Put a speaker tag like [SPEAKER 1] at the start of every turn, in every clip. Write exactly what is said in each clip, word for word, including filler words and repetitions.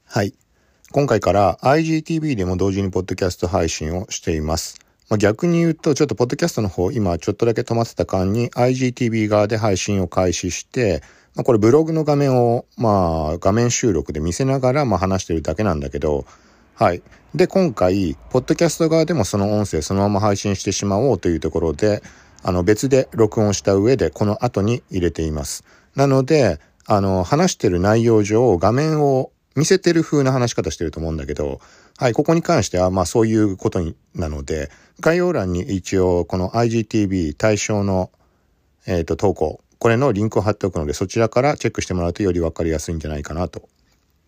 [SPEAKER 1] はい。今回から アイジーティービー でも同時にポッドキャスト配信をしています。まあ、逆に言うと、ちょっとポッドキャストの方、今ちょっとだけ止まってた間に アイジーティービー 側で配信を開始して、まあ、これブログの画面を、まあ、画面収録で見せながら、まあ、話してるだけなんだけど、はい。で、今回、ポッドキャスト側でもその音声そのまま配信してしまおうというところで、あの、別で録音した上で、この後に入れています。なので、あの、話してる内容上、画面を見せてる風な話し方してると思うんだけど、はい、ここに関しては、まあそういうことになので、概要欄に一応この アイジーティービー 対象の、えっと、投稿、これのリンクを貼っておくので、そちらからチェックしてもらうとよりわかりやすいんじゃないかなと。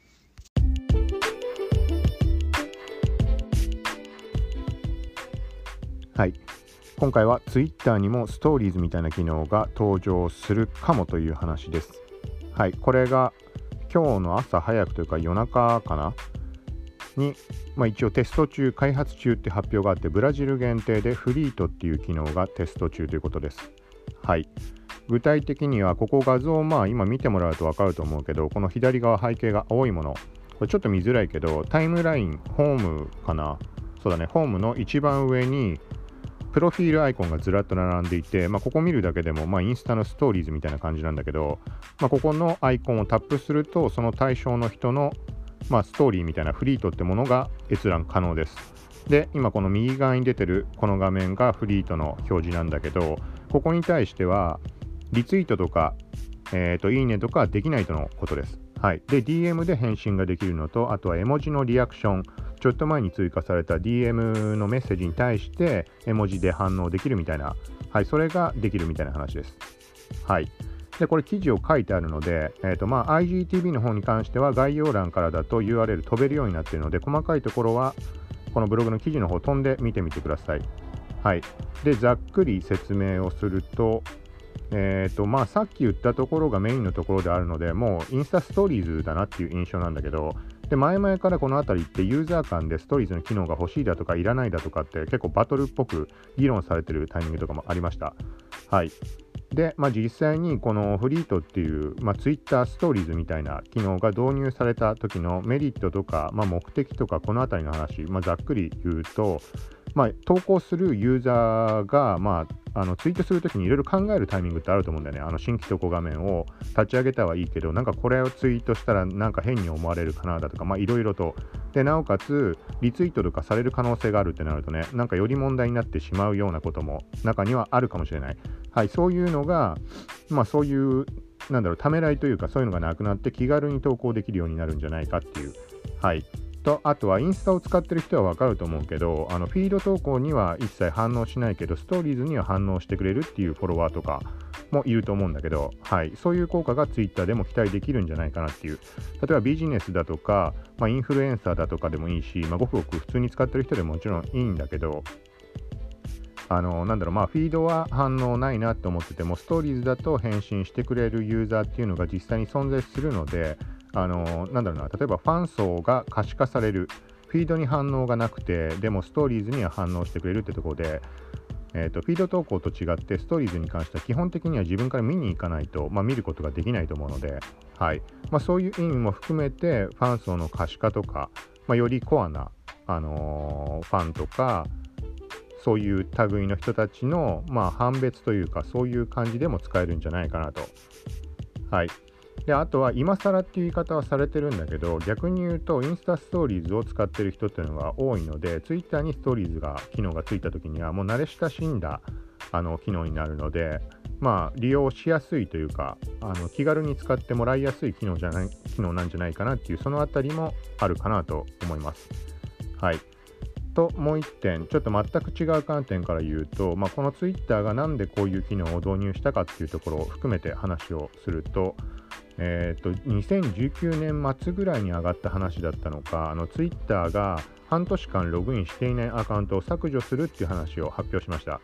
[SPEAKER 1] はい。今回は Twitter にもストーリーズみたいな機能が登場するかもという話です。はい、これが今日の朝早くというか夜中かなに、まあ、一応テスト中、開発中って発表があって、ブラジル限定でフリートっていう機能がテスト中ということです。はい。具体的には、ここ画像、まあ今見てもらうと分かると思うけど、この左側背景が青いもの、これちょっと見づらいけど、タイムライン、ホームかな、そうだね、ホームの一番上に、プロフィールアイコンがずらっと並んでいて、まあ、ここ見るだけでも、まあ、インスタのストーリーズみたいな感じなんだけど、まあ、ここのアイコンをタップすると、その対象の人の、まあ、ストーリーみたいなフリートってものが閲覧可能です。で、今この右側に出てるこの画面がフリートの表示なんだけど、ここに対しては、リツイートとか、えーと、いいねとかできないとのことです。はい。で、ディーエム で返信ができるのと、あとは絵文字のリアクション、ちょっと前に追加された ディーエム のメッセージに対して絵文字で反応できるみたいな、はい、それができるみたいな話です。はい。で、これ記事を書いてあるので、えっと、まあ、アイジーティービー の方に関しては概要欄からだと ユーアールエル 飛べるようになっているので、細かいところはこのブログの記事の方飛んで見てみてください。はい。で、ざっくり説明をすると、えーとまあ、さっき言ったところがメインのところであるので、もうインスタストーリーズだなっていう印象なんだけど、で前々からこのあたりってユーザー間でストーリーズの機能が欲しいだとかいらないだとかって結構バトルっぽく議論されてるタイミングとかもありました。はい。で、まあ、実際にこのフリートっていう、まあ、Twitter ストーリーズみたいな機能が導入された時のメリットとか、まあ、目的とかこのあたりの話、まあ、ざっくり言うと、まあ、投稿するユーザーが、まあ、あのツイートするときにいろいろ考えるタイミングってあると思うんだよね。あの新規投稿画面を立ち上げたはいいけど、なんかこれをツイートしたらなんか変に思われるかなだとか、まあいろいろと。で、なおかつリツイートとかされる可能性があるってなるとね、なんかより問題になってしまうようなことも中にはあるかもしれない。はい、そういうのが、まあそういう、なんだろう、ためらいというかそういうのがなくなって気軽に投稿できるようになるんじゃないかっていう。はい。とあとはインスタを使ってる人はわかると思うけど、あのフィード投稿には一切反応しないけど、ストーリーズには反応してくれるっていうフォロワーとかもいると思うんだけど、はい、そういう効果がツイッターでも期待できるんじゃないかなっていう。例えばビジネスだとか、まあ、インフルエンサーだとかでもいいし、まあ、ごくごく普通に使ってる人でももちろんいいんだけど、あのなんだろう、まあフィードは反応ないなって思ってても、ストーリーズだと返信してくれるユーザーっていうのが実際に存在するので、あのなんだろうな、例えばファン層が可視化される、フィードに反応がなくて、でもストーリーズには反応してくれるってところで、えーと、フィード投稿と違ってストーリーズに関しては基本的には自分から見に行かないと、まあ、見ることができないと思うので、はいまあ、そういう意味も含めてファン層の可視化とか、まあ、よりコアな、あのー、ファンとかそういう類の人たちの、まあ、判別というかそういう感じでも使えるんじゃないかなと。はい。で、あとは今更っていう言い方はされてるんだけど、逆に言うとインスタストーリーズを使ってる人っていうのが多いので、ツイッターにストーリーズが機能がついた時にはもう慣れ親しんだあの機能になるので、まあ利用しやすいというか、あの気軽に使ってもらいやすい機能じゃない機能なんじゃないかなっていう、そのあたりもあるかなと思います。はい。ともう一点、ちょっと全く違う観点から言うと、まあ、このツイッターがなんでこういう機能を導入したかっていうところを含めて話をすると、えー、とにせんじゅうきゅうねん末ぐらいに上がった話だったのか、あのツイッターが半年間ログインしていないアカウントを削除するっていう話を発表しました。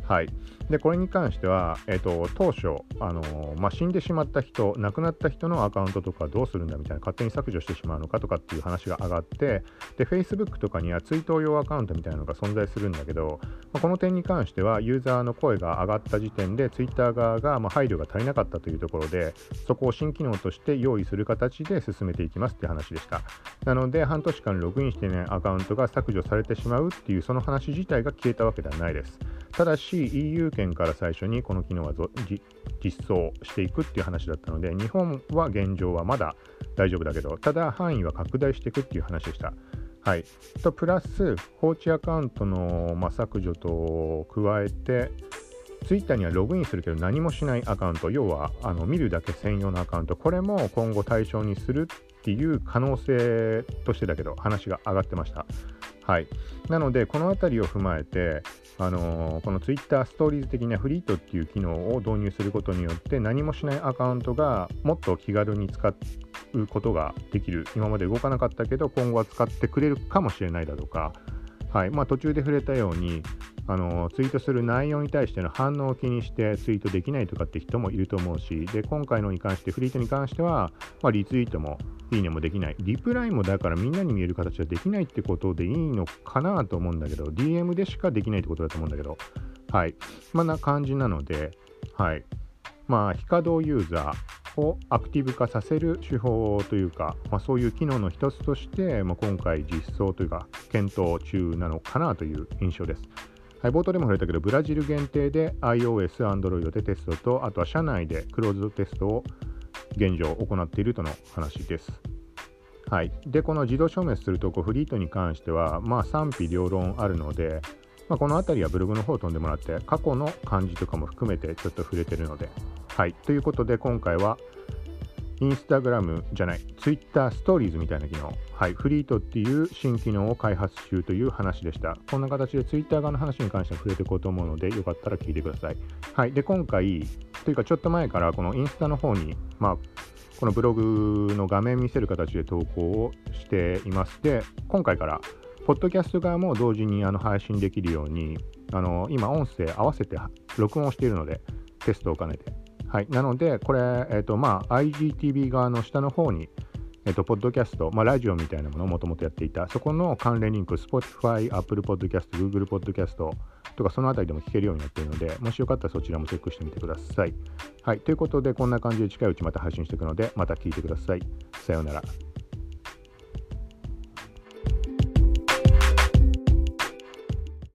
[SPEAKER 1] はい。で、これに関しては、えっと、当初、あのーまあ、死んでしまった人、亡くなった人のアカウントとかどうするんだみたいな、勝手に削除してしまうのかとかっていう話が上がって、で、Facebook とかには追悼用アカウントみたいなのが存在するんだけど、まあ、この点に関しては、ユーザーの声が上がった時点で、Twitter 側がまあ配慮が足りなかったというところで、そこを新機能として用意する形で進めていきますっていう話でした。なので、半年間ログインしていないアカウントが削除されてしまうっていう、その話自体が消えたわけではないです。ただし イーユー 圏から最初にこの機能は実装していくっていう話だったので、日本は現状はまだ大丈夫だけど、ただ範囲は拡大していくっていう話でした。はい。とプラス放置アカウントの、まあ、削除と加えて、Twitter にはログインするけど何もしないアカウント、要はあの見るだけ専用のアカウント、これも今後対象にするっていう可能性としてだけど話が上がってました。はい。なので、このあたりを踏まえて、あのーこの Twitter ストーリーズ的なフリートっていう機能を導入することによって、何もしないアカウントがもっと気軽に使うことができる。今まで動かなかったけど、今後は使ってくれるかもしれないだとか、はい。まあ、途中で触れたように、あのツイートする内容に対しての反応を気にしてツイートできないとかって人もいると思うし、で今回のに関してフリートに関しては、まあ、リツイートもいいねもできない、リプライもだからみんなに見える形はできないってことでいいのかなと思うんだけど、 ディーエム でしかできないってことだと思うんだけど、はいまあな感じなので、はいまあ非稼働ユーザーをアクティブ化させる手法というか、まあ、そういう機能の一つとして、まあ、今回実装というか検討中なのかなという印象です。はい、冒頭でも触れたけど、ブラジル限定で iOS、Android でテストと、あとは社内でクローズドテストを現状行っているとの話です。はい、で、この自動消滅するとこフリートに関しては、まあ賛否両論あるので、まあ、このあたりはブログの方飛んでもらって、過去の感じとかも含めてちょっと触れてるので、はい、ということで今回は、インスタグラムじゃない、ツイッターストーリーズみたいな機能、はい、フリートっていう新機能を開発中という話でした。こんな形でツイッター側の話に関しては触れていこうと思うので、よかったら聞いてください。はい、で、今回、というかちょっと前からこのインスタの方に、まあ、このブログの画面見せる形で投稿をしていまして、今回から、ポッドキャスト側も同時にあの配信できるように、あの今、音声合わせて録音をしているので、テストを兼ねて。はい、なので、これ、えっと、まあ、アイジーティービー 側の下の方に、えっと、ポッドキャスト、まあ、ラジオみたいなものをもともとやっていた、そこの関連リンク、Spotify、Apple Podcast、Google Podcast とか、そのあたりでも聞けるようになっているので、もしよかったらそちらもチェックしてみてください。はい、ということで、こんな感じで近いうちまた配信していくので、また聞いてください。さようなら。